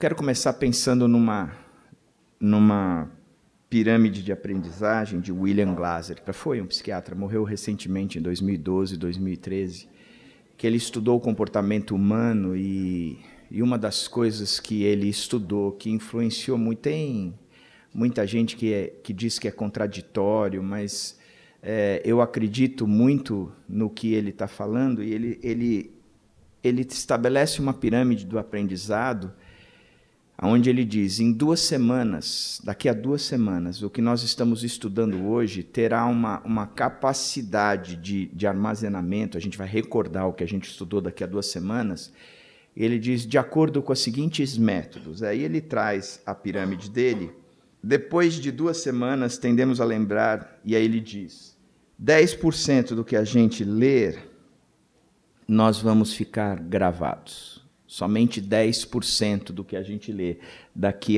quero começar pensando numa pirâmide de aprendizagem de William Glasser, que foi um psiquiatra, morreu recentemente em 2012, 2013, que ele estudou o comportamento humano e uma das coisas que ele estudou, que influenciou muito, tem muita gente que diz que é contraditório, mas eu acredito muito no que ele está falando, e ele estabelece uma pirâmide do aprendizado, onde ele diz, daqui a 2 semanas, o que nós estamos estudando hoje terá uma capacidade de armazenamento, a gente vai recordar o que a gente estudou daqui a 2 semanas, ele diz, de acordo com os seguintes métodos. Aí ele traz a pirâmide dele, depois de 2 semanas tendemos a lembrar, e aí ele diz, 10% do que a gente ler, nós vamos ficar gravados. Somente 10% do que a gente lê. Daqui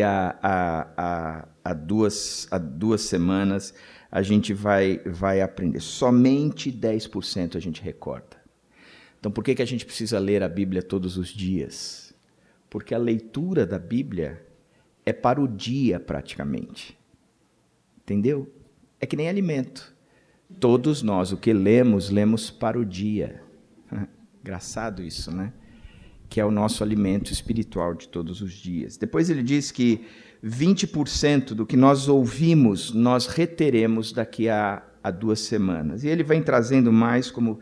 a 2 semanas, a gente vai aprender. Somente 10% a gente recorda. Então, por que a gente precisa ler a Bíblia todos os dias? Porque a leitura da Bíblia é para o dia, praticamente. Entendeu? É que nem alimento. Todos nós, o que lemos para o dia. Engraçado isso, né? Que é o nosso alimento espiritual de todos os dias. Depois ele diz que 20% do que nós ouvimos, nós reteremos daqui a 2 semanas. E ele vem trazendo mais como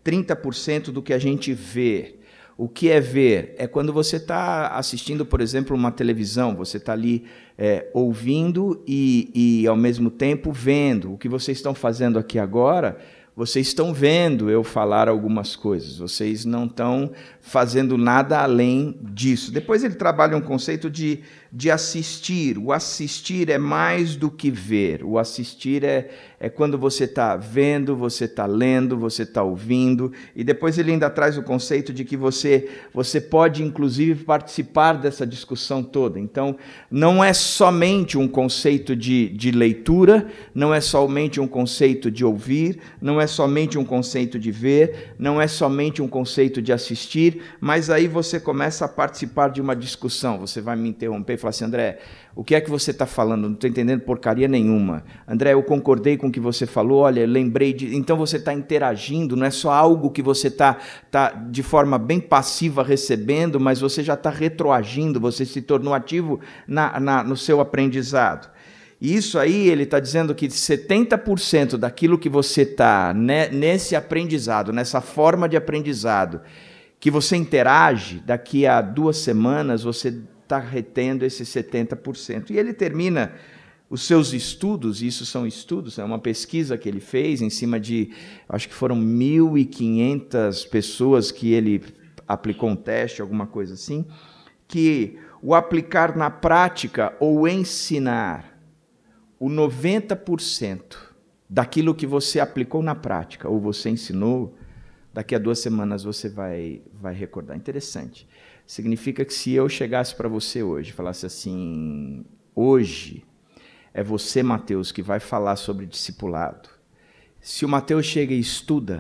30% do que a gente vê. O que é ver? É quando você está assistindo, por exemplo, uma televisão, você está ali ouvindo e, ao mesmo tempo, vendo. O que vocês estão fazendo aqui agora, vocês estão vendo eu falar algumas coisas, vocês não estão fazendo nada além disso. Depois ele trabalha um conceito de assistir. O assistir é mais do que ver. O assistir é quando você está vendo, você está lendo, você está ouvindo. E depois ele ainda traz o conceito de que você pode, inclusive, participar dessa discussão toda. Então, não é somente um conceito de leitura, não é somente um conceito de ouvir, não é somente um conceito de ver, não é somente um conceito de assistir, mas aí você começa a participar de uma discussão. Você vai me interromper e falar assim, André, o que é que você está falando? Não estou entendendo porcaria nenhuma. André, eu concordei com o que você falou, olha, lembrei de... Então você está interagindo, não é só algo que você está de forma bem passiva recebendo, mas você já está retroagindo, você se tornou ativo no seu aprendizado. E isso aí, ele está dizendo que 70% daquilo que você está nesse aprendizado, nessa forma de aprendizado, que você interage, daqui a 2 semanas você está retendo esse 70%. E ele termina os seus estudos, e isso são estudos, é uma pesquisa que ele fez em cima de, acho que foram 1.500 pessoas que ele aplicou um teste, alguma coisa assim, que o aplicar na prática ou ensinar, o 90% daquilo que você aplicou na prática ou você ensinou, daqui a 2 semanas você vai recordar. Interessante. Significa que se eu chegasse para você hoje e falasse assim, hoje é você, Mateus, que vai falar sobre discipulado. Se o Mateus chega e estuda,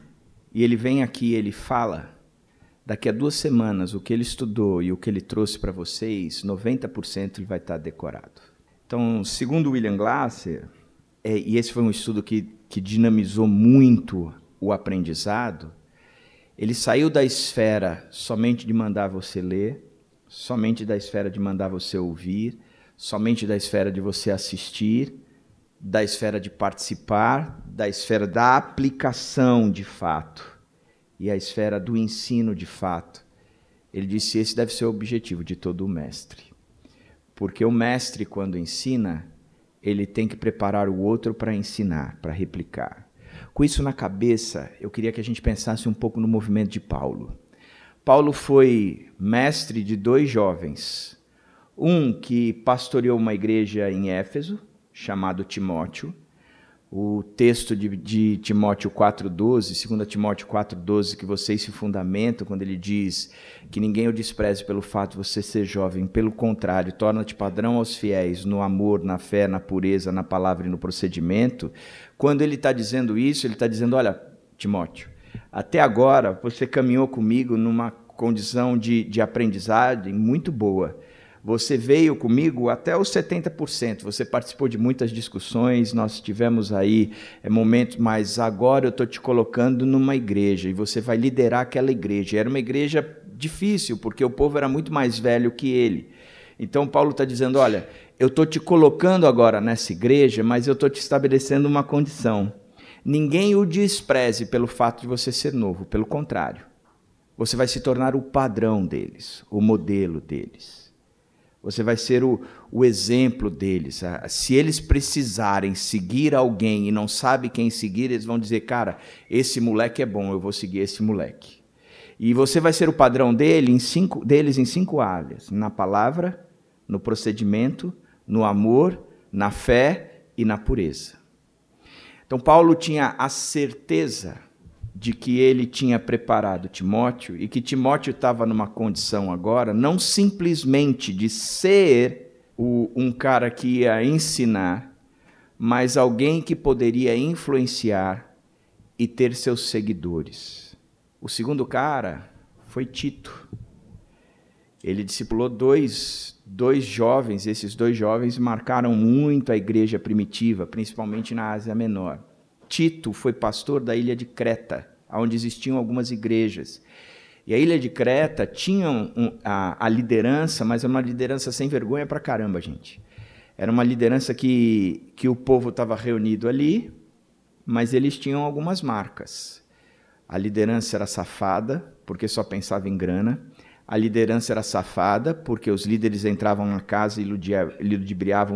e ele vem aqui e ele fala, daqui a 2 semanas o que ele estudou e o que ele trouxe para vocês, 90% ele vai estar decorado. Então, segundo William Glasser, e esse foi um estudo que dinamizou muito o aprendizado, ele saiu da esfera somente de mandar você ler, somente da esfera de mandar você ouvir, somente da esfera de você assistir, da esfera de participar, da esfera da aplicação de fato e a esfera do ensino de fato. Ele disse, esse deve ser o objetivo de todo o mestre. Porque o mestre, quando ensina, ele tem que preparar o outro para ensinar, para replicar. Com isso na cabeça, eu queria que a gente pensasse um pouco no movimento de Paulo. Paulo foi mestre de 2 jovens. Um que pastoreou uma igreja em Éfeso, chamado Timóteo. O texto de Timóteo 4,12, 2 Timóteo 4,12, que vocês se fundamentam quando ele diz que ninguém o despreze pelo fato de você ser jovem, pelo contrário, torna-te padrão aos fiéis no amor, na fé, na pureza, na palavra e no procedimento. Quando ele está dizendo isso, ele está dizendo, olha, Timóteo, até agora você caminhou comigo numa condição de aprendizagem muito boa, Você veio comigo até os 70%, você participou de muitas discussões, nós tivemos aí momentos, mas agora eu estou te colocando numa igreja e você vai liderar aquela igreja. Era uma igreja difícil, porque o povo era muito mais velho que ele. Então Paulo está dizendo, olha, eu estou te colocando agora nessa igreja, mas eu estou te estabelecendo uma condição. Ninguém o despreze pelo fato de você ser novo, pelo contrário. Você vai se tornar o padrão deles, o modelo deles. Você vai ser o exemplo deles. Se eles precisarem seguir alguém e não sabem quem seguir, eles vão dizer, cara, esse moleque é bom, eu vou seguir esse moleque. E você vai ser o padrão deles em 5 áreas: na palavra, no procedimento, no amor, na fé e na pureza. Então Paulo tinha a certeza de que ele tinha preparado Timóteo e que Timóteo estava numa condição agora não simplesmente de ser um cara que ia ensinar, mas alguém que poderia influenciar e ter seus seguidores. O segundo cara foi Tito. Ele discipulou dois jovens, esses 2 jovens marcaram muito a igreja primitiva, principalmente na Ásia Menor. Tito foi pastor da ilha de Creta, onde existiam algumas igrejas. E a ilha de Creta tinha a liderança, mas era uma liderança sem vergonha pra caramba, gente. Era uma liderança que o povo estava reunido ali, mas eles tinham algumas marcas. A liderança era safada, porque só pensava em grana. A liderança era safada, porque os líderes entravam na casa e ludibriavam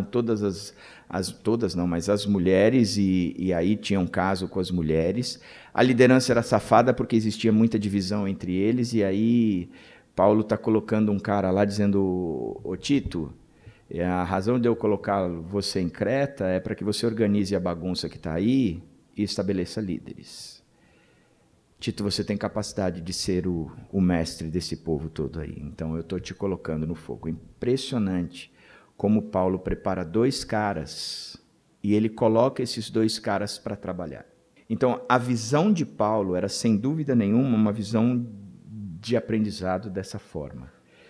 mas as mulheres, e aí tinha um caso com as mulheres. A liderança era safada porque existia muita divisão entre eles, e aí Paulo está colocando um cara lá dizendo, ô Tito, a razão de eu colocar você em Creta é para que você organize a bagunça que está aí e estabeleça líderes. Tito, você tem capacidade de ser o mestre desse povo todo aí, então eu estou te colocando no fogo. Impressionante como Paulo prepara 2 caras e ele coloca esses 2 caras para trabalhar. Então, a visão de Paulo era, sem dúvida nenhuma, uma visão de aprendizado dessa forma.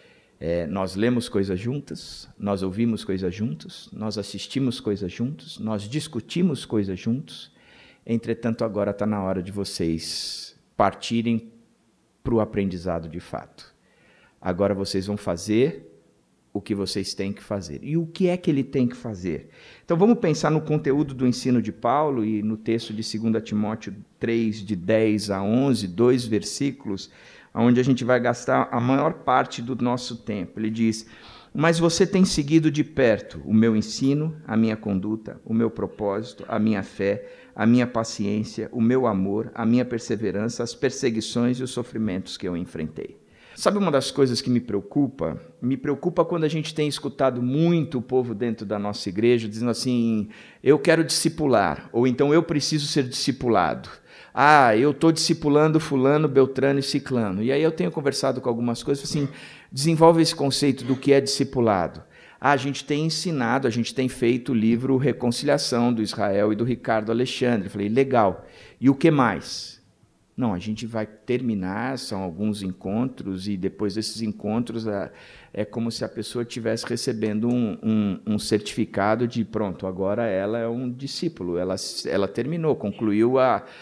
Nós lemos coisas juntas, nós ouvimos coisas juntos, nós assistimos coisas juntos, nós discutimos coisas juntos. Entretanto, agora está na hora de vocês partirem para o aprendizado de fato. Agora vocês vão fazer o que vocês têm que fazer. E o que é que ele tem que fazer? Então vamos pensar no conteúdo do ensino de Paulo e no texto de 2 Timóteo 3, de 10 a 11, 2 versículos, onde a gente vai gastar a maior parte do nosso tempo. Ele diz, mas você tem seguido de perto o meu ensino, a minha conduta, o meu propósito, a minha fé, a minha paciência, o meu amor, a minha perseverança, as perseguições e os sofrimentos que eu enfrentei. Sabe uma das coisas que me preocupa? Me preocupa quando a gente tem escutado muito o povo dentro da nossa igreja dizendo assim, eu quero discipular, ou então eu preciso ser discipulado. Eu estou discipulando fulano, beltrano e ciclano. E aí eu tenho conversado com algumas coisas, assim, desenvolve esse conceito do que é discipulado. A gente tem ensinado, a gente tem feito o livro Reconciliação, do Israel e do Ricardo Alexandre. Eu falei, legal. E o que mais? Não, a gente vai terminar, são alguns encontros, e depois desses encontros é como se a pessoa estivesse recebendo um certificado de, pronto, agora ela é um discípulo, ela terminou, concluiu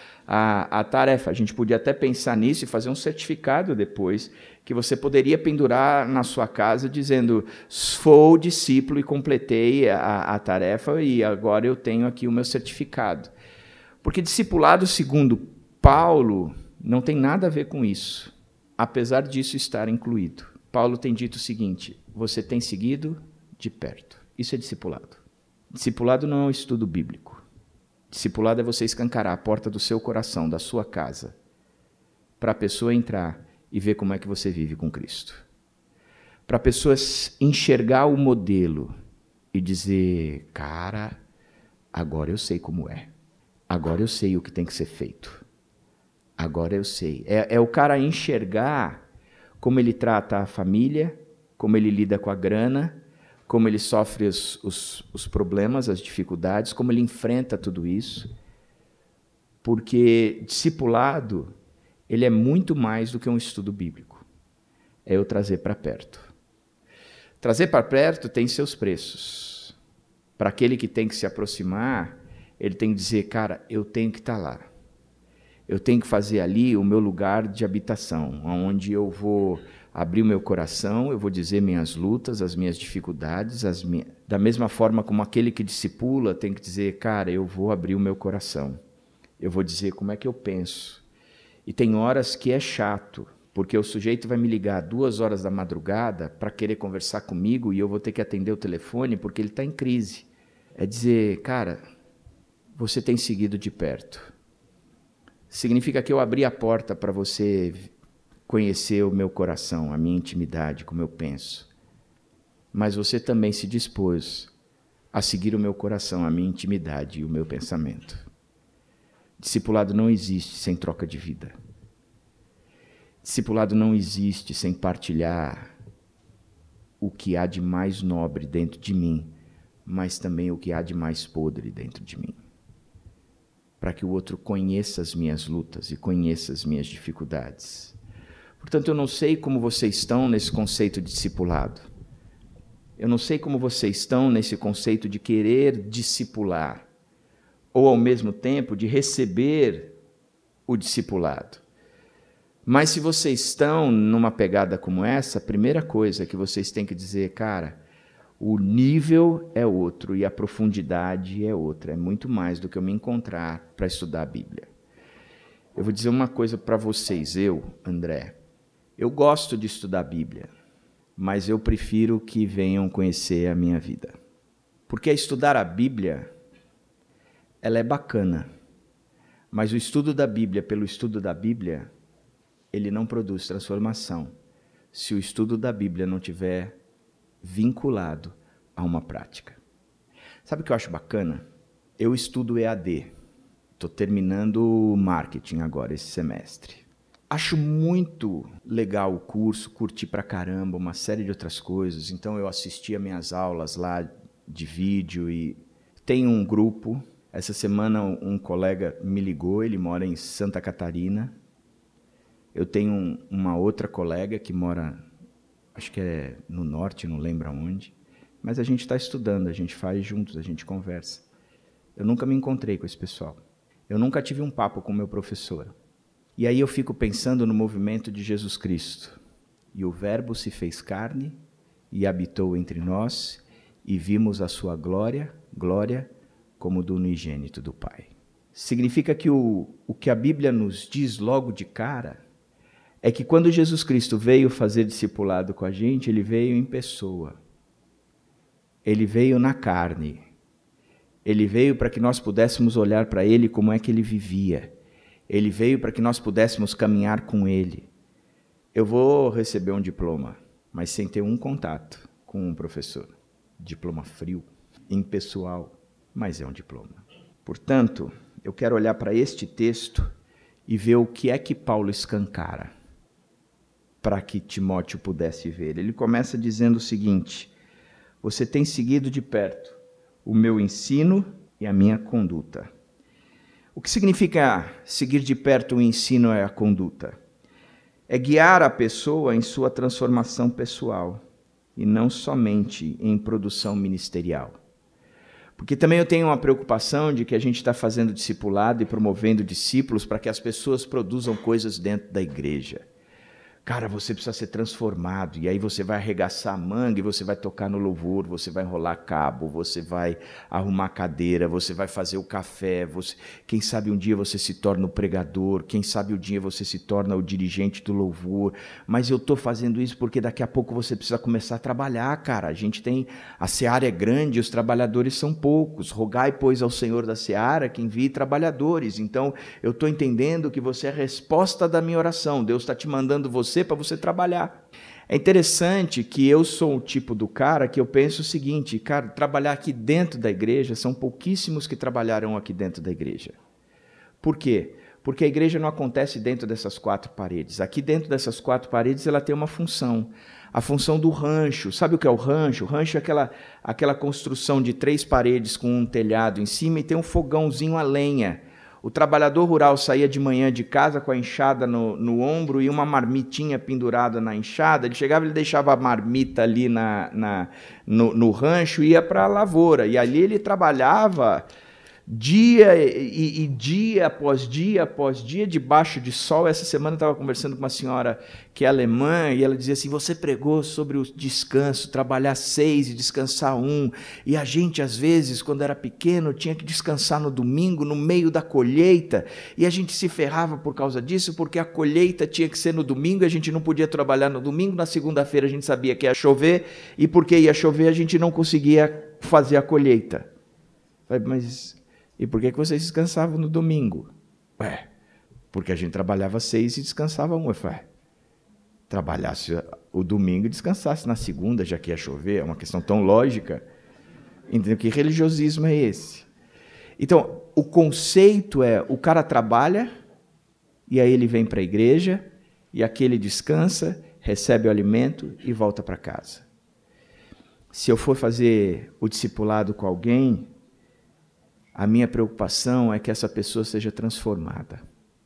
a tarefa. A gente podia até pensar nisso e fazer um certificado depois, que você poderia pendurar na sua casa dizendo, sou discípulo e completei a tarefa e agora eu tenho aqui o meu certificado. Porque discipulado, segundo Paulo, não tem nada a ver com isso, apesar disso estar incluído. Paulo tem dito o seguinte, você tem seguido de perto. Isso é discipulado. Discipulado não é um estudo bíblico. Discipulado é você escancarar a porta do seu coração, da sua casa, para a pessoa entrar e ver como é que você vive com Cristo. Para a pessoa enxergar o modelo e dizer, cara, agora eu sei como é. Agora eu sei o que tem que ser feito. Agora eu sei. É o cara enxergar como ele trata a família, como ele lida com a grana, como ele sofre os problemas, as dificuldades, como ele enfrenta tudo isso. Porque discipulado, ele é muito mais do que um estudo bíblico. É eu trazer para perto. Trazer para perto tem seus preços. Para aquele que tem que se aproximar, ele tem que dizer, cara, eu tenho que estar lá. Eu tenho que fazer ali o meu lugar de habitação, onde eu vou abrir o meu coração, eu vou dizer minhas lutas, as minhas dificuldades, da mesma forma como aquele que discipula tem que dizer, cara, eu vou abrir o meu coração. Eu vou dizer como é que eu penso. E tem horas que é chato, porque o sujeito vai me ligar 2 horas da madrugada para querer conversar comigo e eu vou ter que atender o telefone porque ele está em crise. É dizer, cara, você tem seguido de perto. Significa que eu abri a porta para você conhecer o meu coração, a minha intimidade, como eu penso. Mas você também se dispôs a seguir o meu coração, a minha intimidade e o meu pensamento. Discipulado não existe sem troca de vida. Discipulado não existe sem partilhar o que há de mais nobre dentro de mim, mas também o que há de mais podre dentro de mim. Para que o outro conheça as minhas lutas e conheça as minhas dificuldades. Portanto, eu não sei como vocês estão nesse conceito de discipulado. Eu não sei como vocês estão nesse conceito de querer discipular, ou ao mesmo tempo de receber o discipulado. Mas se vocês estão numa pegada como essa, a primeira coisa que vocês têm que dizer, cara, o nível é outro e a profundidade é outra. É muito mais do que eu me encontrar para estudar a Bíblia. Eu vou dizer uma coisa para vocês, André. Eu gosto de estudar a Bíblia, mas eu prefiro que venham conhecer a minha vida. Porque estudar a Bíblia, ela é bacana, mas o estudo da Bíblia pelo estudo da Bíblia, ele não produz transformação se o estudo da Bíblia não tiver vinculado a uma prática. Sabe o que eu acho bacana? Eu estudo EAD. Estou terminando marketing agora, esse semestre. Acho muito legal o curso, curti pra caramba, uma série de outras coisas. Então eu assisti a minhas aulas lá de vídeo e tem um grupo. Essa semana um colega me ligou, ele mora em Santa Catarina. Eu tenho uma outra colega que mora, acho que é no norte, não lembro aonde, mas a gente está estudando, a gente faz juntos, a gente conversa. Eu nunca me encontrei com esse pessoal. Eu nunca tive um papo com o meu professor. E aí eu fico pensando no movimento de Jesus Cristo. E o Verbo se fez carne e habitou entre nós, e vimos a sua glória como do unigênito do Pai. Significa que o que a Bíblia nos diz logo de cara é que quando Jesus Cristo veio fazer discipulado com a gente, ele veio em pessoa. Ele veio na carne. Ele veio para que nós pudéssemos olhar para ele como é que ele vivia. Ele veio para que nós pudéssemos caminhar com ele. Eu vou receber um diploma, mas sem ter um contato com um professor. Diploma frio, impessoal, mas é um diploma. Portanto, eu quero olhar para este texto e ver o que é que Paulo escancara, para que Timóteo pudesse ver. Ele começa dizendo o seguinte: você tem seguido de perto o meu ensino e a minha conduta. O que significa seguir de perto o ensino e a conduta? É guiar a pessoa em sua transformação pessoal e não somente em produção ministerial. Porque também eu tenho uma preocupação de que a gente está fazendo discipulado e promovendo discípulos para que as pessoas produzam coisas dentro da igreja. Cara, você precisa ser transformado, e aí você vai arregaçar a manga e você vai tocar no louvor, você vai enrolar cabo, você vai arrumar cadeira, você vai fazer o café, quem sabe um dia você se torna o pregador, quem sabe um dia você se torna o dirigente do louvor, mas eu estou fazendo isso porque daqui a pouco você precisa começar a trabalhar, cara. A seara é grande, os trabalhadores são poucos. Rogai, pois, ao Senhor da seara que envie trabalhadores. Então, eu estou entendendo que você é a resposta da minha oração. Deus está te mandando para você trabalhar. É interessante que eu sou o tipo do cara que eu penso o seguinte, cara, trabalhar aqui dentro da igreja, são pouquíssimos que trabalharão aqui dentro da igreja. Por quê? Porque a igreja não acontece dentro dessas 4 paredes. Aqui dentro dessas 4 paredes ela tem uma função. A função do rancho. Sabe o que é o rancho? O rancho é aquela construção de 3 paredes com um telhado em cima e tem um fogãozinho a lenha. O trabalhador rural saía de manhã de casa com a enxada no ombro e uma marmitinha pendurada na enxada. Ele chegava, ele deixava a marmita ali no rancho e ia para a lavoura. E ali ele trabalhava dia e dia após dia, debaixo de sol. Essa semana eu estava conversando com uma senhora que é alemã e ela dizia assim, você pregou sobre o descanso, trabalhar 6 e descansar 1. E a gente, às vezes, quando era pequeno, tinha que descansar no domingo, no meio da colheita, e a gente se ferrava por causa disso, porque a colheita tinha que ser no domingo, e a gente não podia trabalhar no domingo, na segunda-feira a gente sabia que ia chover, e porque ia chover a gente não conseguia fazer a colheita. Mas... e por que vocês descansavam no domingo? Porque a gente trabalhava 6 e descansava 1. Trabalhasse o domingo e descansasse na segunda, já que ia chover, é uma questão tão lógica. Entendeu? Que religiosismo é esse? Então, o conceito é, o cara trabalha, e aí ele vem para a igreja, e aqui ele descansa, recebe o alimento e volta para casa. Se eu for fazer o discipulado com alguém, a minha preocupação é que essa pessoa seja transformada.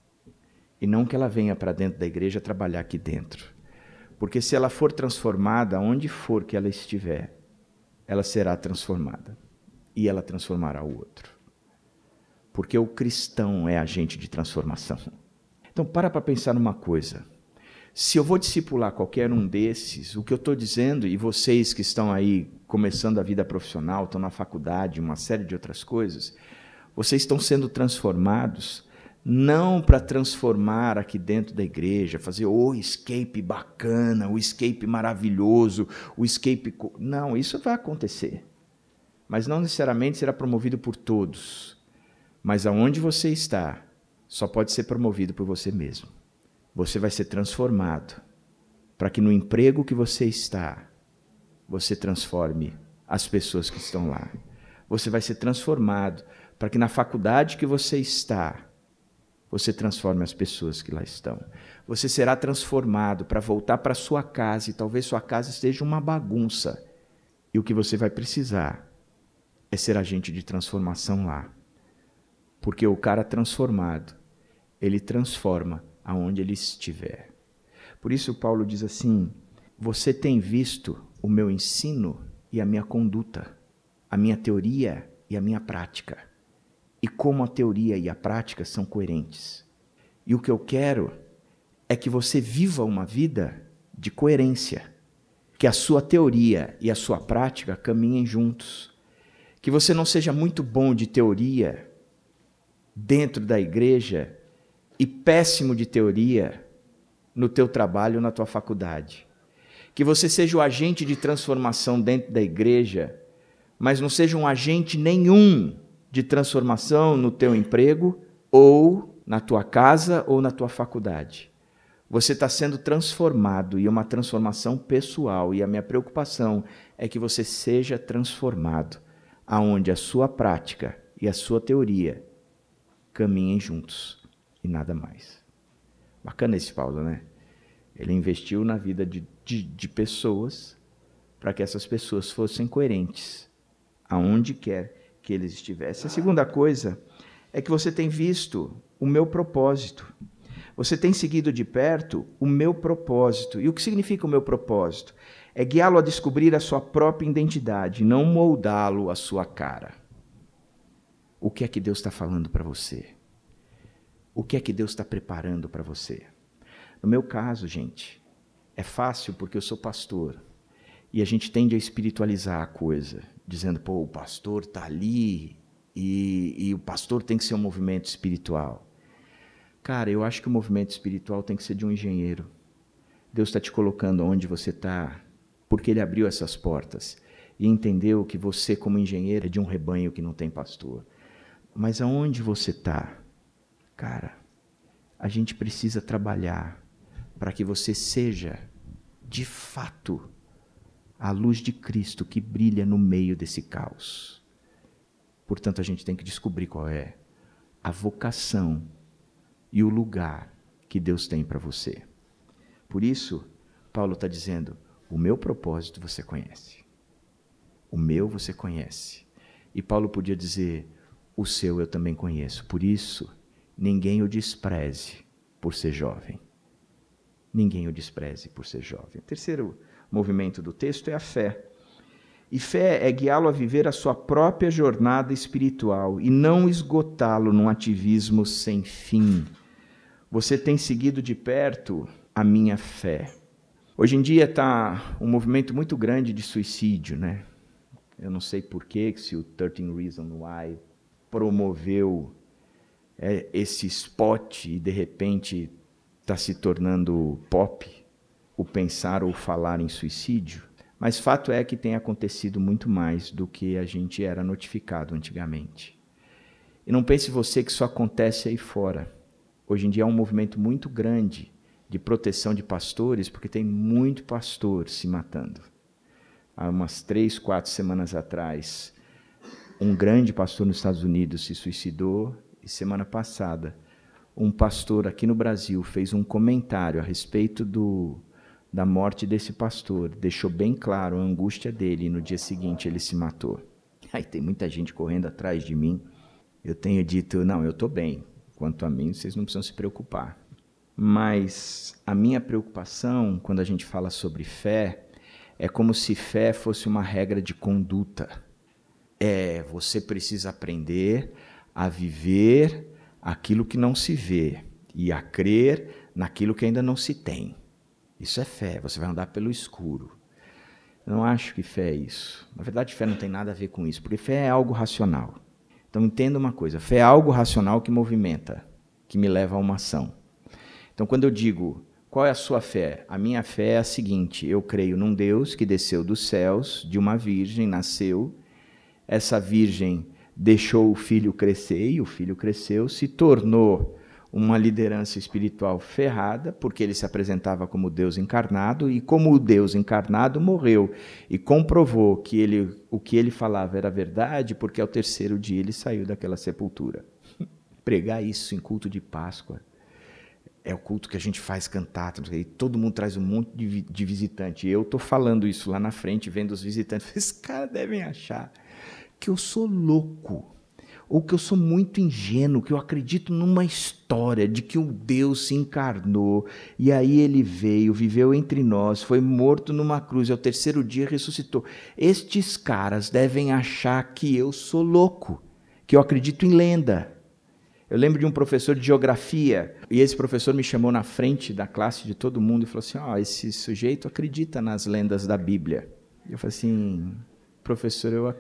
E não que ela venha para dentro da igreja trabalhar aqui dentro. Porque se ela for transformada, onde for que ela estiver, ela será transformada. E ela transformará o outro. Porque o cristão é agente de transformação. Então, para pensar numa coisa. Se eu vou discipular qualquer um desses, o que eu estou dizendo, e vocês que estão aí começando a vida profissional, estão na faculdade, uma série de outras coisas, vocês estão sendo transformados, não para transformar aqui dentro da igreja, fazer o escape bacana, o escape maravilhoso, o escape... Não, isso vai acontecer. Mas não necessariamente será promovido por todos. Mas aonde você está, só pode ser promovido por você mesmo. Você vai ser transformado para que no emprego que você está, você transforme as pessoas que estão lá. Você vai ser transformado para que na faculdade que você está, você transforme as pessoas que lá estão. Você será transformado para voltar para sua casa e talvez sua casa esteja uma bagunça. E o que você vai precisar é ser agente de transformação lá. Porque o cara transformado, ele transforma aonde ele estiver. Por isso Paulo diz assim, você tem visto o meu ensino e a minha conduta, a minha teoria e a minha prática, e como a teoria e a prática são coerentes. E o que eu quero é que você viva uma vida de coerência, que a sua teoria e a sua prática caminhem juntos, que você não seja muito bom de teoria dentro da igreja e péssimo de teoria no teu trabalho, na tua faculdade. Que você seja o agente de transformação dentro da igreja, mas não seja um agente nenhum de transformação no teu emprego, ou na tua casa, ou na tua faculdade. Você está sendo transformado, e é uma transformação pessoal, e a minha preocupação é que você seja transformado, aonde a sua prática e a sua teoria caminhem juntos. E nada mais. Bacana esse Paulo, né? Ele investiu na vida de pessoas para que essas pessoas fossem coerentes aonde quer que eles estivessem. A segunda coisa é que você tem visto o meu propósito. Você tem seguido de perto o meu propósito. E o que significa o meu propósito? É guiá-lo a descobrir a sua própria identidade, não moldá-lo à sua cara. O que é que Deus está falando para você? O que é que Deus está preparando para você? No meu caso, gente, é fácil porque eu sou pastor. E a gente tende a espiritualizar a coisa, dizendo, pô, o pastor está ali e o pastor tem que ser um movimento espiritual. Cara, eu acho que o movimento espiritual tem que ser de um engenheiro. Deus está te colocando onde você está, porque Ele abriu essas portas e entendeu que você, como engenheiro, é de um rebanho que não tem pastor. Mas aonde você está? Cara, a gente precisa trabalhar para que você seja, de fato, a luz de Cristo que brilha no meio desse caos. Portanto, a gente tem que descobrir qual é a vocação e o lugar que Deus tem para você. Por isso, Paulo está dizendo, o meu propósito você conhece. O meu você conhece. E Paulo podia dizer, o seu eu também conheço. Por isso, ninguém o despreze por ser jovem. Ninguém o despreze por ser jovem. O terceiro movimento do texto é a fé. E fé é guiá-lo a viver a sua própria jornada espiritual e não esgotá-lo num ativismo sem fim. Você tem seguido de perto a minha fé. Hoje em dia está um movimento muito grande de suicídio, né? Eu não sei porquê, se o 13 Reasons Why promoveu esse spot e de repente está se tornando pop o pensar ou falar em suicídio. Mas fato é que tem acontecido muito mais do que a gente era notificado antigamente. E não pense você que só acontece aí fora. Hoje em dia é um movimento muito grande de proteção de pastores, porque tem muito pastor se matando. Há umas 3, 4 semanas atrás, um grande pastor nos Estados Unidos se suicidou, e semana passada, um pastor aqui no Brasil fez um comentário a respeito da morte desse pastor, deixou bem claro a angústia dele, e no dia seguinte ele se matou. Aí tem muita gente correndo atrás de mim. Eu tenho dito, não, eu estou bem. Quanto a mim, vocês não precisam se preocupar. Mas a minha preocupação, quando a gente fala sobre fé, é como se fé fosse uma regra de conduta. Você precisa aprender a viver aquilo que não se vê e a crer naquilo que ainda não se tem. Isso é fé, você vai andar pelo escuro. Eu não acho que fé é isso. Na verdade, fé não tem nada a ver com isso, porque fé é algo racional. Então, entenda uma coisa, fé é algo racional que movimenta, que me leva a uma ação. Então, quando eu digo, qual é a sua fé? A minha fé é a seguinte, eu creio num Deus que desceu dos céus, de uma virgem, nasceu, essa virgem deixou o filho crescer, e o filho cresceu, se tornou uma liderança espiritual ferrada, porque ele se apresentava como Deus encarnado, e como o Deus encarnado morreu, e comprovou que o que ele falava era verdade, porque ao terceiro dia ele saiu daquela sepultura. Pregar isso em culto de Páscoa, é o culto que a gente faz cantata, e todo mundo traz um monte de visitante, e eu estou falando isso lá na frente, vendo os visitantes, esses caras devem achar que eu sou louco, ou que eu sou muito ingênuo, que eu acredito numa história de que um Deus se encarnou, e aí ele veio, viveu entre nós, foi morto numa cruz, e ao terceiro dia ressuscitou. Estes caras devem achar que eu sou louco, que eu acredito em lenda. Eu lembro de um professor de geografia, e esse professor me chamou na frente da classe de todo mundo e falou assim, esse sujeito acredita nas lendas da Bíblia. E eu falei assim, professor, eu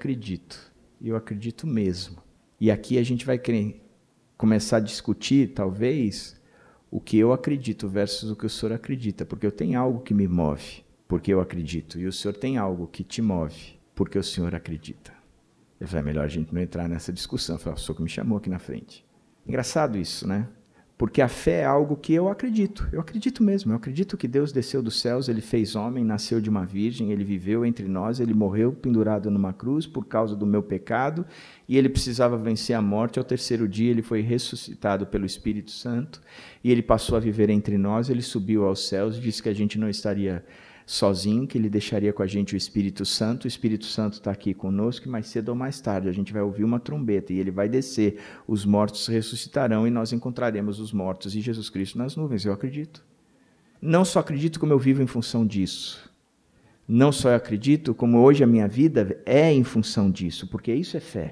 acredito mesmo. E aqui a gente vai começar a discutir, talvez, o que eu acredito versus o que o senhor acredita, porque eu tenho algo que me move, porque eu acredito, e o senhor tem algo que te move, porque o senhor acredita. Eu falei, melhor a gente não entrar nessa discussão. Eu falei, o senhor que me chamou aqui na frente. Engraçado isso, né? Porque a fé é algo que eu acredito mesmo, eu acredito que Deus desceu dos céus, ele fez homem, nasceu de uma virgem, ele viveu entre nós, ele morreu pendurado numa cruz por causa do meu pecado, e ele precisava vencer a morte, ao terceiro dia ele foi ressuscitado pelo Espírito Santo, e ele passou a viver entre nós, ele subiu aos céus, disse que a gente não estaria sozinho, que ele deixaria com a gente o Espírito Santo está aqui conosco, e mais cedo ou mais tarde a gente vai ouvir uma trombeta, e ele vai descer, os mortos ressuscitarão, e nós encontraremos os mortos e Jesus Cristo nas nuvens. Eu acredito. Não só acredito, como eu vivo em função disso. Não só eu acredito, como hoje a minha vida é em função disso, porque isso é fé.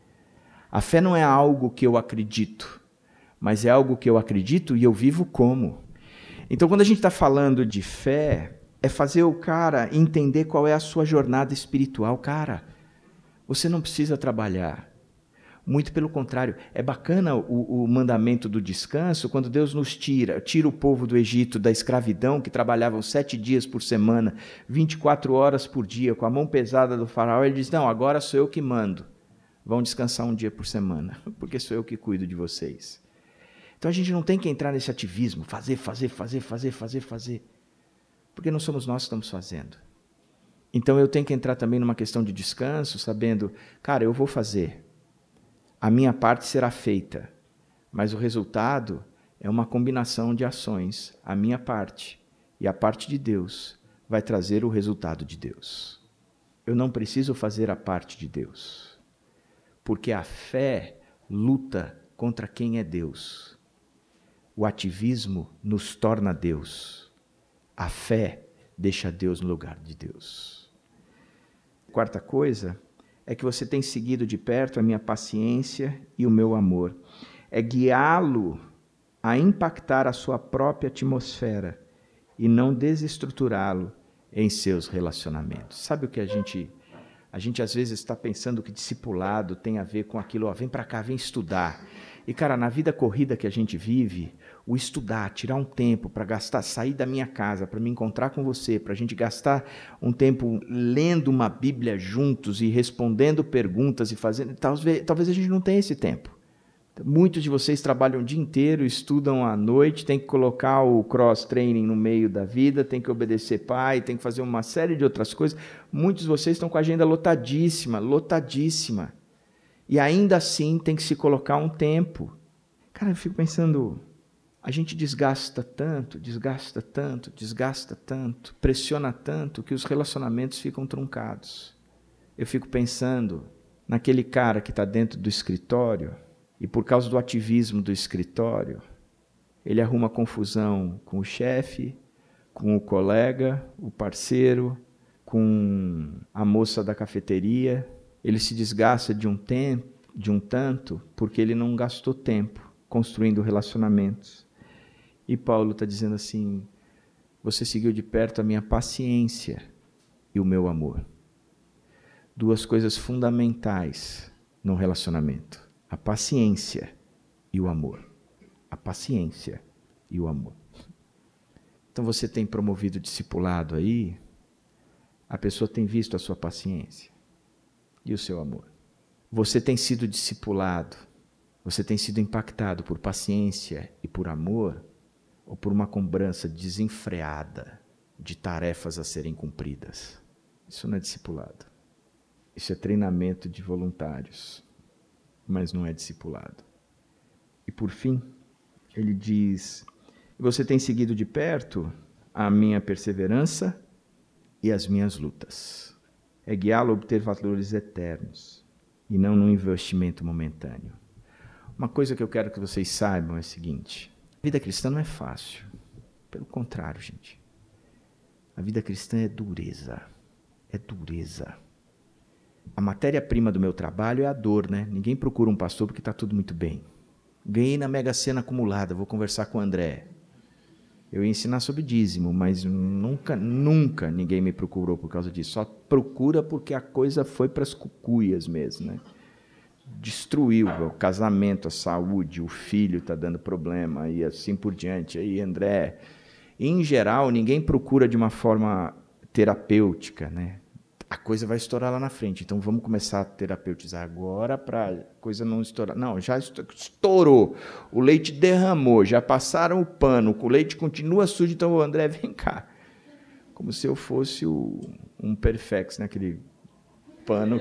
A fé não é algo que eu acredito, mas é algo que eu acredito e eu vivo como. Então, quando a gente está falando de fé, é fazer o cara entender qual é a sua jornada espiritual. Cara, você não precisa trabalhar. Muito pelo contrário, é bacana o mandamento do descanso, quando Deus nos tira o povo do Egito da escravidão, que trabalhavam 7 dias por semana, 24 horas por dia, com a mão pesada do faraó, ele diz, não, agora sou eu que mando. Vão descansar um dia por semana, porque sou eu que cuido de vocês. Então a gente não tem que entrar nesse ativismo, fazer. Porque não somos nós que estamos fazendo. Então eu tenho que entrar também numa questão de descanso, sabendo, cara, eu vou fazer. A minha parte será feita, mas o resultado é uma combinação de ações. A minha parte e a parte de Deus vai trazer o resultado de Deus. Eu não preciso fazer a parte de Deus, porque a fé luta contra quem é Deus. O ativismo nos torna Deus. A fé deixa Deus no lugar de Deus. Quarta coisa é que você tem seguido de perto a minha paciência e o meu amor. É guiá-lo a impactar a sua própria atmosfera e não desestruturá-lo em seus relacionamentos. Sabe o que a gente às vezes está pensando que discipulado tem a ver com aquilo, vem para cá, vem estudar. E cara, na vida corrida que a gente vive, o estudar, tirar um tempo para gastar, sair da minha casa, para me encontrar com você, para a gente gastar um tempo lendo uma Bíblia juntos e respondendo perguntas e fazendo, talvez a gente não tenha esse tempo. Muitos de vocês trabalham o dia inteiro, estudam à noite, tem que colocar o cross-training no meio da vida, tem que obedecer pai, tem que fazer uma série de outras coisas. Muitos de vocês estão com a agenda lotadíssima. E ainda assim tem que se colocar um tempo. Cara, eu fico pensando, a gente desgasta tanto, pressiona tanto que os relacionamentos ficam truncados. Eu fico pensando naquele cara que está dentro do escritório, e por causa do ativismo do escritório, ele arruma confusão com o chefe, com o colega, o parceiro, com a moça da cafeteria. Ele se desgasta de um tanto porque ele não gastou tempo construindo relacionamentos. E Paulo está dizendo assim, você seguiu de perto a minha paciência e o meu amor. Duas coisas fundamentais no relacionamento. A paciência e o amor. A paciência e o amor. Então você tem promovido discipulado aí, a pessoa tem visto a sua paciência e o seu amor. Você tem sido discipulado, você tem sido impactado por paciência e por amor, ou por uma cobrança desenfreada de tarefas a serem cumpridas. Isso não é discipulado. Isso é treinamento de voluntários, mas não é discipulado. E por fim, ele diz, você tem seguido de perto a minha perseverança e as minhas lutas. É guiá-lo a obter valores eternos e não num investimento momentâneo. Uma coisa que eu quero que vocês saibam é a seguinte, a vida cristã não é fácil. Pelo contrário, gente. A vida cristã é dureza. É dureza. A matéria-prima do meu trabalho é a dor, né? Ninguém procura um pastor porque está tudo muito bem. Ganhei na Mega Sena acumulada, vou conversar com o André. Eu ia ensinar sobre dízimo, mas nunca ninguém me procurou por causa disso. Só procura porque a coisa foi para as cucuias mesmo, né? Destruiu o casamento, a saúde, o filho está dando problema e assim por diante. Aí, André, em geral, ninguém procura de uma forma terapêutica, né? A coisa vai estourar lá na frente, então vamos começar a terapeutizar agora para a coisa não estourar. Não, já estourou, o leite derramou, já passaram o pano, o leite continua sujo, então, André, vem cá. Como se eu fosse um Perfex, né? Aquele pano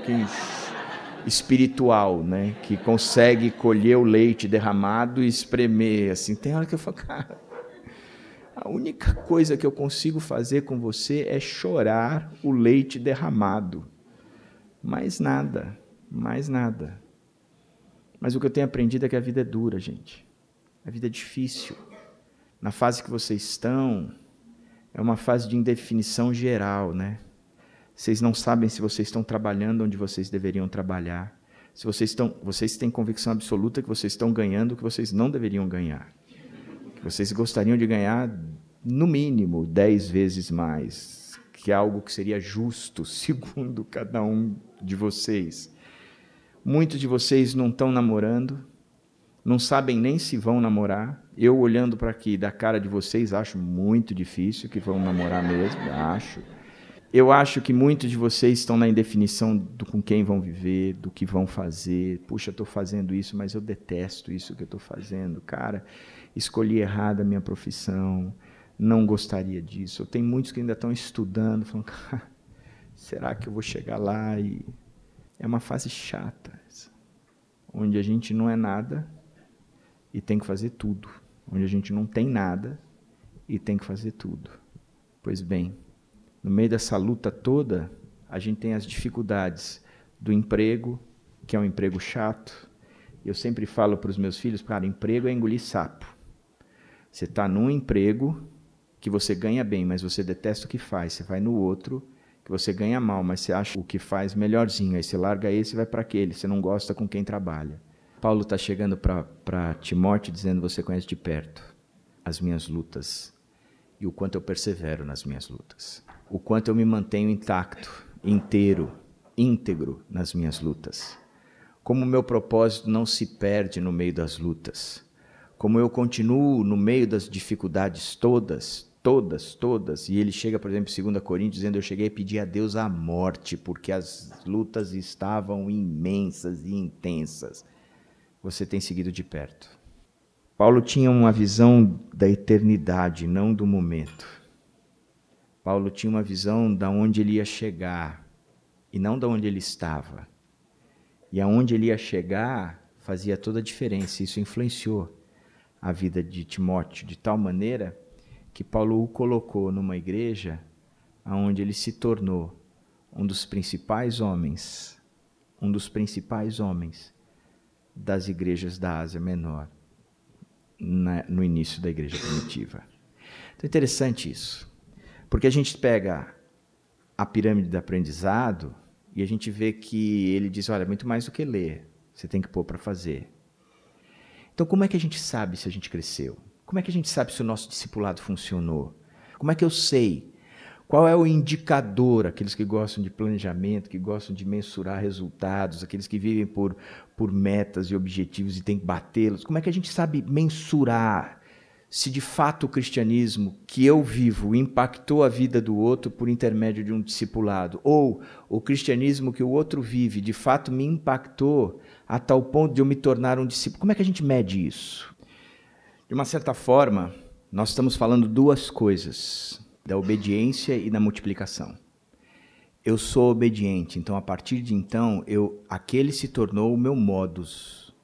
espiritual, né? Que consegue colher o leite derramado e espremer. Assim. Tem hora que eu falo, cara, a única coisa que eu consigo fazer com você é chorar o leite derramado. Mais nada, mais nada. Mas o que eu tenho aprendido é que a vida é dura, gente. A vida é difícil. Na fase que vocês estão, é uma fase de indefinição geral, né? Vocês não sabem se vocês estão trabalhando onde vocês deveriam trabalhar. Se vocês têm convicção absoluta que vocês estão ganhando o que vocês não deveriam ganhar. Vocês gostariam de ganhar, no mínimo, 10 vezes mais, que é algo que seria justo, segundo cada um de vocês. Muitos de vocês não estão namorando, não sabem nem se vão namorar. Eu, olhando para aqui, da cara de vocês, acho muito difícil que vão namorar mesmo, acho. Eu acho que muitos de vocês estão na indefinição do com quem vão viver, do que vão fazer. Puxa, eu estou fazendo isso, mas eu detesto isso que eu estou fazendo. Cara, escolhi errado a minha profissão, não gostaria disso. Tem muitos que ainda estão estudando, falando, cara, será que eu vou chegar lá? E é uma fase chata, essa, onde a gente não é nada e tem que fazer tudo. Onde a gente não tem nada e tem que fazer tudo. Pois bem, no meio dessa luta toda, a gente tem as dificuldades do emprego, que é um emprego chato, Eu sempre falo para os meus filhos, cara, emprego é engolir sapo. Você está num emprego que você ganha bem, mas você detesta o que faz. Você vai no outro que você ganha mal, mas você acha o que faz melhorzinho. Aí você larga esse e vai para aquele. Você não gosta com quem trabalha. Paulo está chegando para Timóteo dizendo, você conhece de perto as minhas lutas e o quanto eu persevero nas minhas lutas. O quanto eu me mantenho intacto, inteiro, íntegro nas minhas lutas. Como o meu propósito não se perde no meio das lutas. Como eu continuo no meio das dificuldades todas, e ele chega, por exemplo, em 2 Coríntios, dizendo, eu cheguei a pedir a Deus a morte, porque as lutas estavam imensas e intensas. Você tem seguido de perto. Paulo tinha uma visão da eternidade, não do momento. Paulo tinha uma visão de onde ele ia chegar, e não de onde ele estava. E aonde ele ia chegar fazia toda a diferença, isso influenciou a vida de Timóteo, de tal maneira que Paulo o colocou numa igreja onde ele se tornou um dos principais homens das igrejas da Ásia Menor, no início da igreja primitiva. Então é interessante isso, porque a gente pega a pirâmide do aprendizado e a gente vê que ele diz, olha, muito mais do que ler, você tem que pôr para fazer. Então, como é que a gente sabe se a gente cresceu? Como é que a gente sabe se o nosso discipulado funcionou? Como é que eu sei? Qual é o indicador? Aqueles que gostam de planejamento, que gostam de mensurar resultados, aqueles que vivem por metas e objetivos e tem que batê-los. Como é que a gente sabe mensurar se de fato o cristianismo que eu vivo impactou a vida do outro por intermédio de um discipulado? Ou o cristianismo que o outro vive de fato me impactou a tal ponto de eu me tornar um discípulo? Como é que a gente mede isso? De uma certa forma, nós estamos falando duas coisas, da obediência e da multiplicação. Eu sou obediente, então a partir de então, aquele se tornou o meu modus,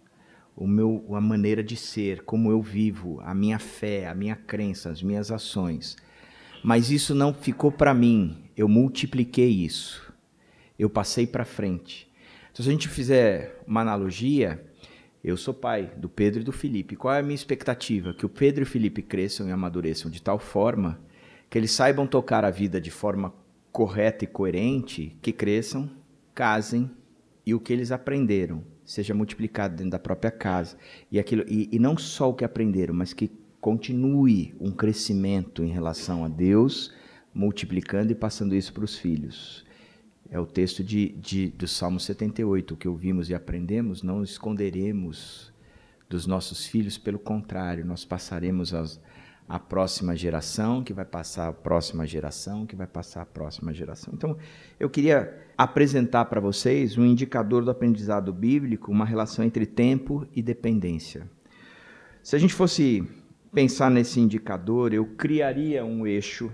a maneira de ser, como eu vivo, a minha fé, a minha crença, as minhas ações. Mas isso não ficou para mim, eu multipliquei isso, eu passei para frente. Então, se a gente fizer uma analogia, eu sou pai do Pedro e do Felipe. Qual é a minha expectativa? Que o Pedro e o Felipe cresçam e amadureçam de tal forma que eles saibam tocar a vida de forma correta e coerente, que cresçam, casem e o que eles aprenderam seja multiplicado dentro da própria casa. E não só o que aprenderam, mas que continue um crescimento em relação a Deus, multiplicando e passando isso para os filhos. É o texto do Salmo 78, o que ouvimos e aprendemos, não esconderemos dos nossos filhos, pelo contrário, nós passaremos a próxima geração, que vai passar a próxima geração, que vai passar a próxima geração. Então, eu queria apresentar para vocês um indicador do aprendizado bíblico, uma relação entre tempo e dependência. Se a gente fosse pensar nesse indicador, eu criaria um eixo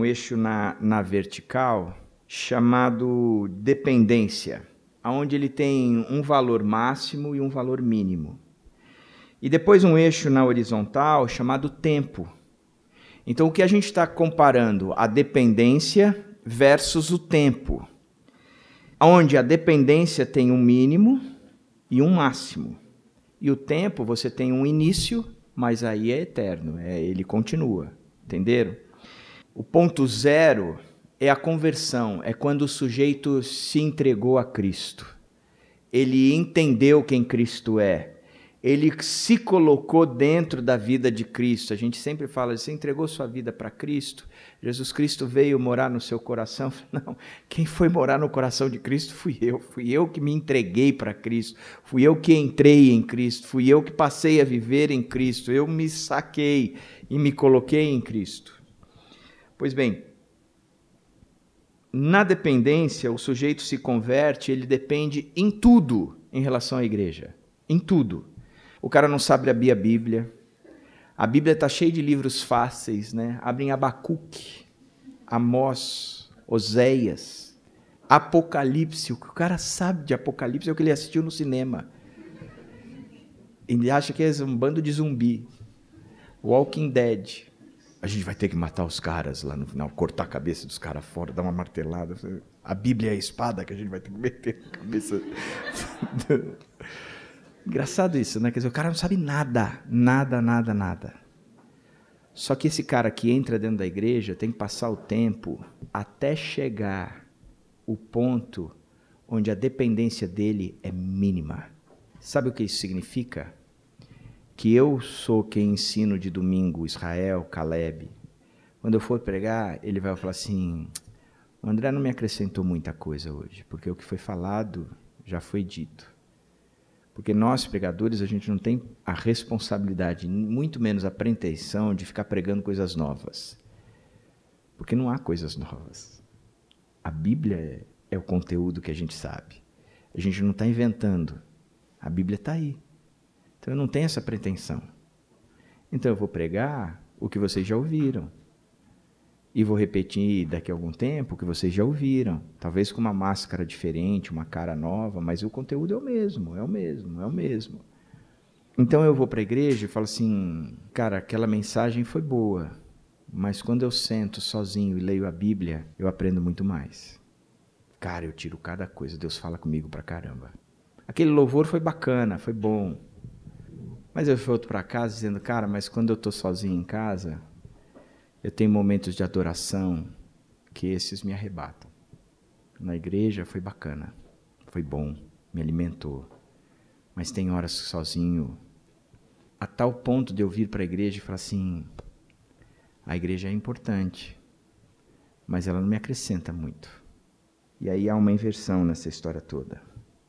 na vertical, chamado dependência, onde ele tem um valor máximo e um valor mínimo. E depois um eixo na horizontal chamado tempo. Então, o que a gente está comparando? A dependência versus o tempo. Onde a dependência tem um mínimo e um máximo. E o tempo, você tem um início, mas aí é eterno, ele continua. Entenderam? O ponto zero é a conversão, é quando o sujeito se entregou a Cristo. Ele entendeu quem Cristo é. Ele se colocou dentro da vida de Cristo. A gente sempre fala, você entregou sua vida para Cristo? Jesus Cristo veio morar no seu coração? Não, quem foi morar no coração de Cristo fui eu que me entreguei para Cristo, fui eu que entrei em Cristo, fui eu que passei a viver em Cristo, eu me saquei e me coloquei em Cristo. Pois bem, na dependência, o sujeito se converte, ele depende em tudo em relação à igreja, em tudo. O cara não sabe abrir a Bíblia está cheia de livros fáceis, né? Abre em Abacuque, Amós, Oséias, Apocalipse. O que o cara sabe de Apocalipse é o que ele assistiu no cinema. Ele acha que é um bando de zumbi. Walking Dead. A gente vai ter que matar os caras lá no final, cortar a cabeça dos caras fora, dar uma martelada. A Bíblia é a espada que a gente vai ter que meter na cabeça. Engraçado isso, né? Quer dizer, o cara não sabe nada, nada, nada, nada. Só que esse cara que entra dentro da igreja tem que passar o tempo até chegar o ponto onde a dependência dele é mínima. Sabe o que isso significa? Que eu sou quem ensino de domingo, Israel, Caleb. Quando eu for pregar, ele vai falar assim, o André não me acrescentou muita coisa hoje, porque o que foi falado já foi dito. Porque nós, pregadores, a gente não tem a responsabilidade, muito menos a pretensão de ficar pregando coisas novas. Porque não há coisas novas. A Bíblia é o conteúdo que a gente sabe. A gente não está inventando. A Bíblia está aí. Então eu não tenho essa pretensão. Então eu vou pregar o que vocês já ouviram. E vou repetir daqui a algum tempo o que vocês já ouviram. Talvez com uma máscara diferente, uma cara nova, mas o conteúdo é o mesmo, é o mesmo, é o mesmo. Então eu vou para a igreja e falo assim, cara, aquela mensagem foi boa, mas quando eu sento sozinho e leio a Bíblia, eu aprendo muito mais. Cara, eu tiro cada coisa, Deus fala comigo pra caramba. Aquele louvor foi bacana, foi bom. Mas eu volto para casa dizendo, cara, mas quando eu estou sozinho em casa, eu tenho momentos de adoração que esses me arrebatam. Na igreja foi bacana, foi bom, me alimentou. Mas tem horas sozinho, a tal ponto de eu vir para a igreja e falar assim, a igreja é importante, mas ela não me acrescenta muito. E aí há uma inversão nessa história toda.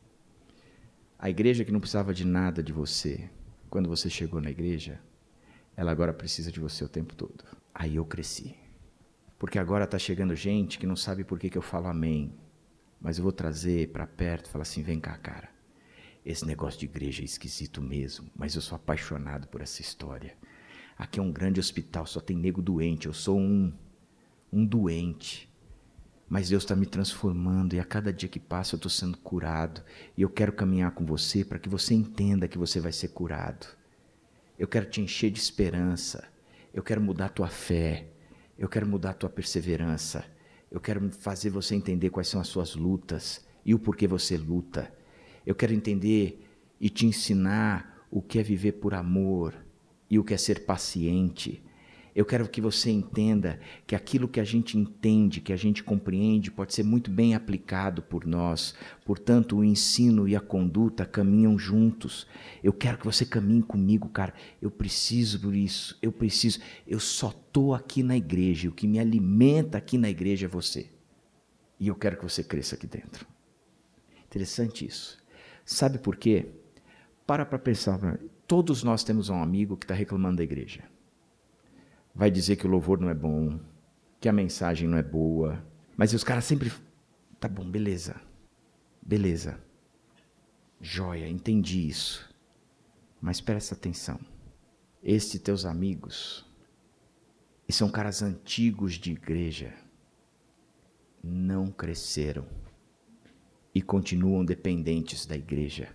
A igreja que não precisava de nada de você, quando você chegou na igreja, ela agora precisa de você o tempo todo. Aí eu cresci. Porque agora está chegando gente que não sabe por que eu falo amém. Mas eu vou trazer para perto e falar assim, vem cá, cara. Esse negócio de igreja é esquisito mesmo, mas eu sou apaixonado por essa história. Aqui é um grande hospital, só tem nego doente. Eu sou um doente. Mas Deus está me transformando e a cada dia que passa eu estou sendo curado. E eu quero caminhar com você para que você entenda que você vai ser curado. Eu quero te encher de esperança. Eu quero mudar a tua fé. Eu quero mudar a tua perseverança. Eu quero fazer você entender quais são as suas lutas e o porquê você luta. Eu quero entender e te ensinar o que é viver por amor e o que é ser paciente. Eu quero que você entenda que aquilo que a gente entende, que a gente compreende, pode ser muito bem aplicado por nós. Portanto, o ensino e a conduta caminham juntos. Eu quero que você caminhe comigo, cara. Eu preciso por isso, eu preciso. Eu só estou aqui na igreja. O que me alimenta aqui na igreja é você. E eu quero que você cresça aqui dentro. Interessante isso. Sabe por quê? Para pensar. Todos nós temos um amigo que está reclamando da igreja. Vai dizer que o louvor não é bom, que a mensagem não é boa. Mas os caras sempre... Tá bom, beleza. Beleza. Joia, entendi isso. Mas presta atenção. Estes teus amigos, e são caras antigos de igreja, não cresceram e continuam dependentes da igreja.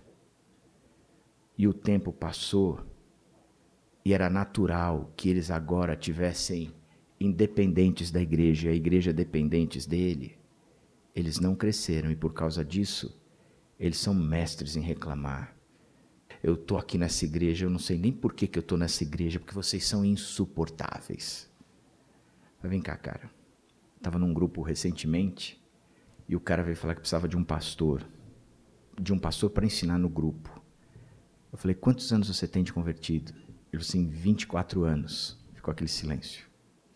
E o tempo passou... E era natural que eles agora tivessem independentes da igreja, a igreja dependentes dele. Eles não cresceram e por causa disso, eles são mestres em reclamar. Eu estou aqui nessa igreja, eu não sei nem por que eu estou nessa igreja, porque vocês são insuportáveis. Mas vem cá, cara. Estava num grupo recentemente e o cara veio falar que precisava de um pastor para ensinar no grupo. Eu falei, quantos anos você tem de convertido? Ele falou assim, 24 anos. Ficou aquele silêncio.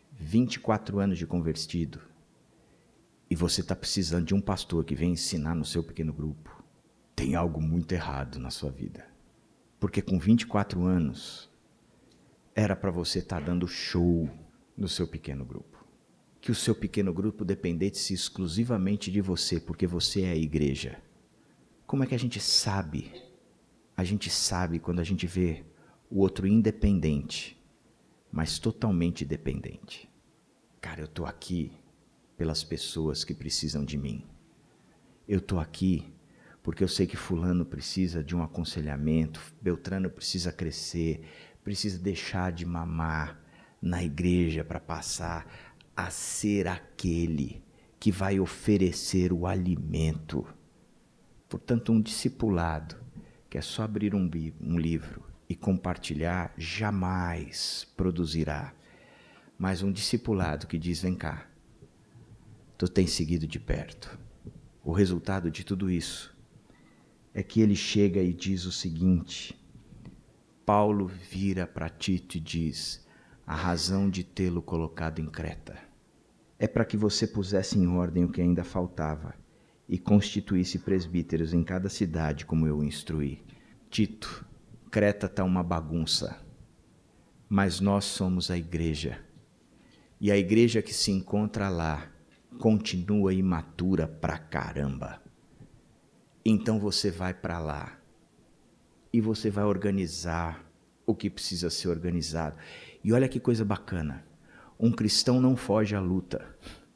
24 anos de convertido. E você está precisando de um pastor que venha ensinar no seu pequeno grupo. Tem algo muito errado na sua vida. Porque com 24 anos, era para você estar dando show no seu pequeno grupo. Que o seu pequeno grupo dependesse exclusivamente de você, porque você é a igreja. Como é que a gente sabe? A gente sabe quando a gente vê o outro independente, mas totalmente dependente. Cara, eu estou aqui pelas pessoas que precisam de mim. Eu estou aqui porque eu sei que fulano precisa de um aconselhamento, Beltrano precisa crescer, precisa deixar de mamar na igreja para passar a ser aquele que vai oferecer o alimento. Portanto, um discipulado que é só abrir um livro e compartilhar, jamais produzirá. Mas um discipulado que diz, vem cá, tu tens seguido de perto. O resultado de tudo isso é que ele chega e diz o seguinte, Paulo vira para Tito e diz, a razão de tê-lo colocado em Creta é para que você pusesse em ordem o que ainda faltava e constituísse presbíteros em cada cidade como eu o instruí. Tito, Creta está uma bagunça, mas nós somos a igreja. E a igreja que se encontra lá continua imatura pra caramba. Então você vai para lá e você vai organizar o que precisa ser organizado. E olha que coisa bacana. Um cristão não foge à luta.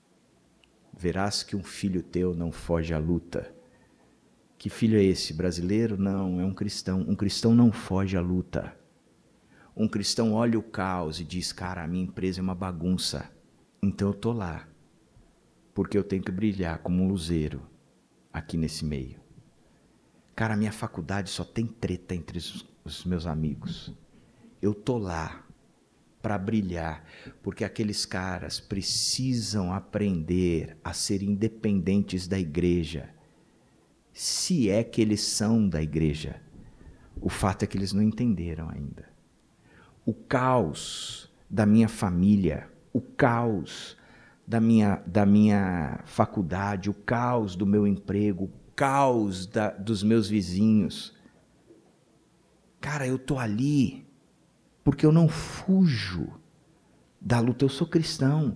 Verás que um filho teu não foge à luta. Que filho é esse? Brasileiro? Não, é um cristão. Um cristão não foge à luta. Um cristão olha o caos e diz, cara, a minha empresa é uma bagunça. Então eu estou lá, porque eu tenho que brilhar como um luzeiro aqui nesse meio. Cara, a minha faculdade só tem treta entre os meus amigos. Eu estou lá para brilhar, porque aqueles caras precisam aprender a ser independentes da igreja, se é que eles são da igreja. O fato é que eles não entenderam ainda. O caos da minha família, o caos da minha faculdade, o caos do meu emprego, o caos dos meus vizinhos. Cara, eu estou ali porque eu não fujo da luta, eu sou cristão.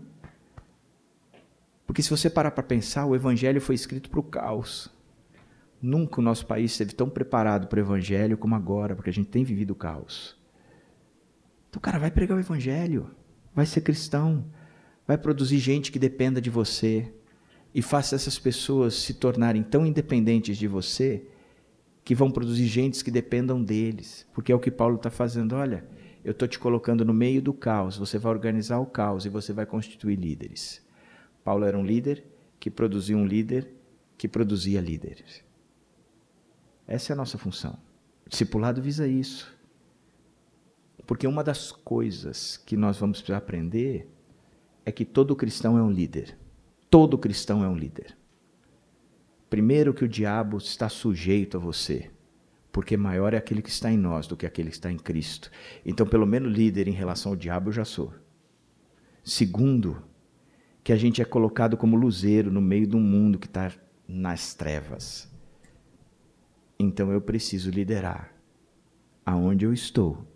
Porque se você parar para pensar, o evangelho foi escrito para o caos. Nunca o nosso país esteve tão preparado para o evangelho como agora, porque a gente tem vivido o caos. Então, cara, vai pregar o evangelho, vai ser cristão, vai produzir gente que dependa de você e faça essas pessoas se tornarem tão independentes de você que vão produzir gente que dependam deles, porque é o que Paulo está fazendo. Olha, eu estou te colocando no meio do caos, você vai organizar o caos e você vai constituir líderes. Paulo era um líder que produzia um líder que produzia líderes. Essa é a nossa função. O discipulado visa isso. Porque uma das coisas que nós vamos precisar aprender é que todo cristão é um líder. Todo cristão é um líder. Primeiro que o diabo está sujeito a você, porque maior é aquele que está em nós do que aquele que está em Cristo. Então, pelo menos líder em relação ao diabo eu já sou. Segundo, que a gente é colocado como luzeiro no meio de um mundo que está nas trevas. Então eu preciso liderar aonde eu estou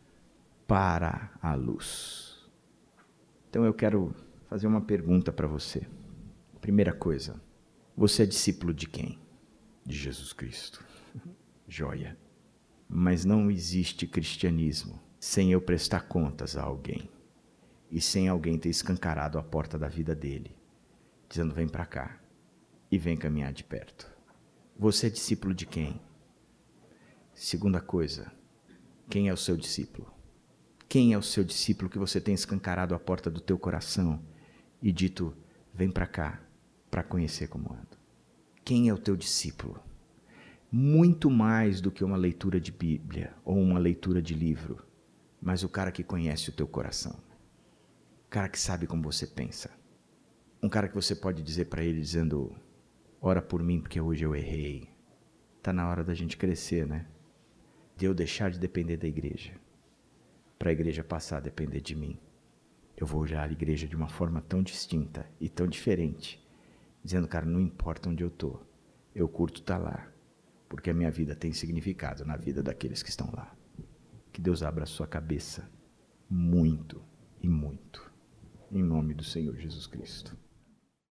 para a luz. Então eu quero fazer uma pergunta para você. Primeira coisa, você é discípulo de quem? De Jesus Cristo. Joia. Mas não existe cristianismo sem eu prestar contas a alguém e sem alguém ter escancarado a porta da vida dele, dizendo, vem para cá e vem caminhar de perto. Você é discípulo de quem? Segunda coisa, quem é o seu discípulo? Quem é o seu discípulo que você tem escancarado a porta do teu coração e dito, vem para cá para conhecer como ando? Quem é o teu discípulo? Muito mais do que uma leitura de Bíblia ou uma leitura de livro, mas o cara que conhece o teu coração. O cara que sabe como você pensa. Um cara que você pode dizer para ele dizendo, ora por mim porque hoje eu errei. Está na hora da gente crescer, né? De eu deixar de depender da igreja, para a igreja passar a depender de mim. Eu vou olhar a igreja de uma forma tão distinta e tão diferente, dizendo, cara, não importa onde eu estou, eu curto estar lá, porque a minha vida tem significado na vida daqueles que estão lá. Que Deus abra a sua cabeça muito e muito, em nome do Senhor Jesus Cristo.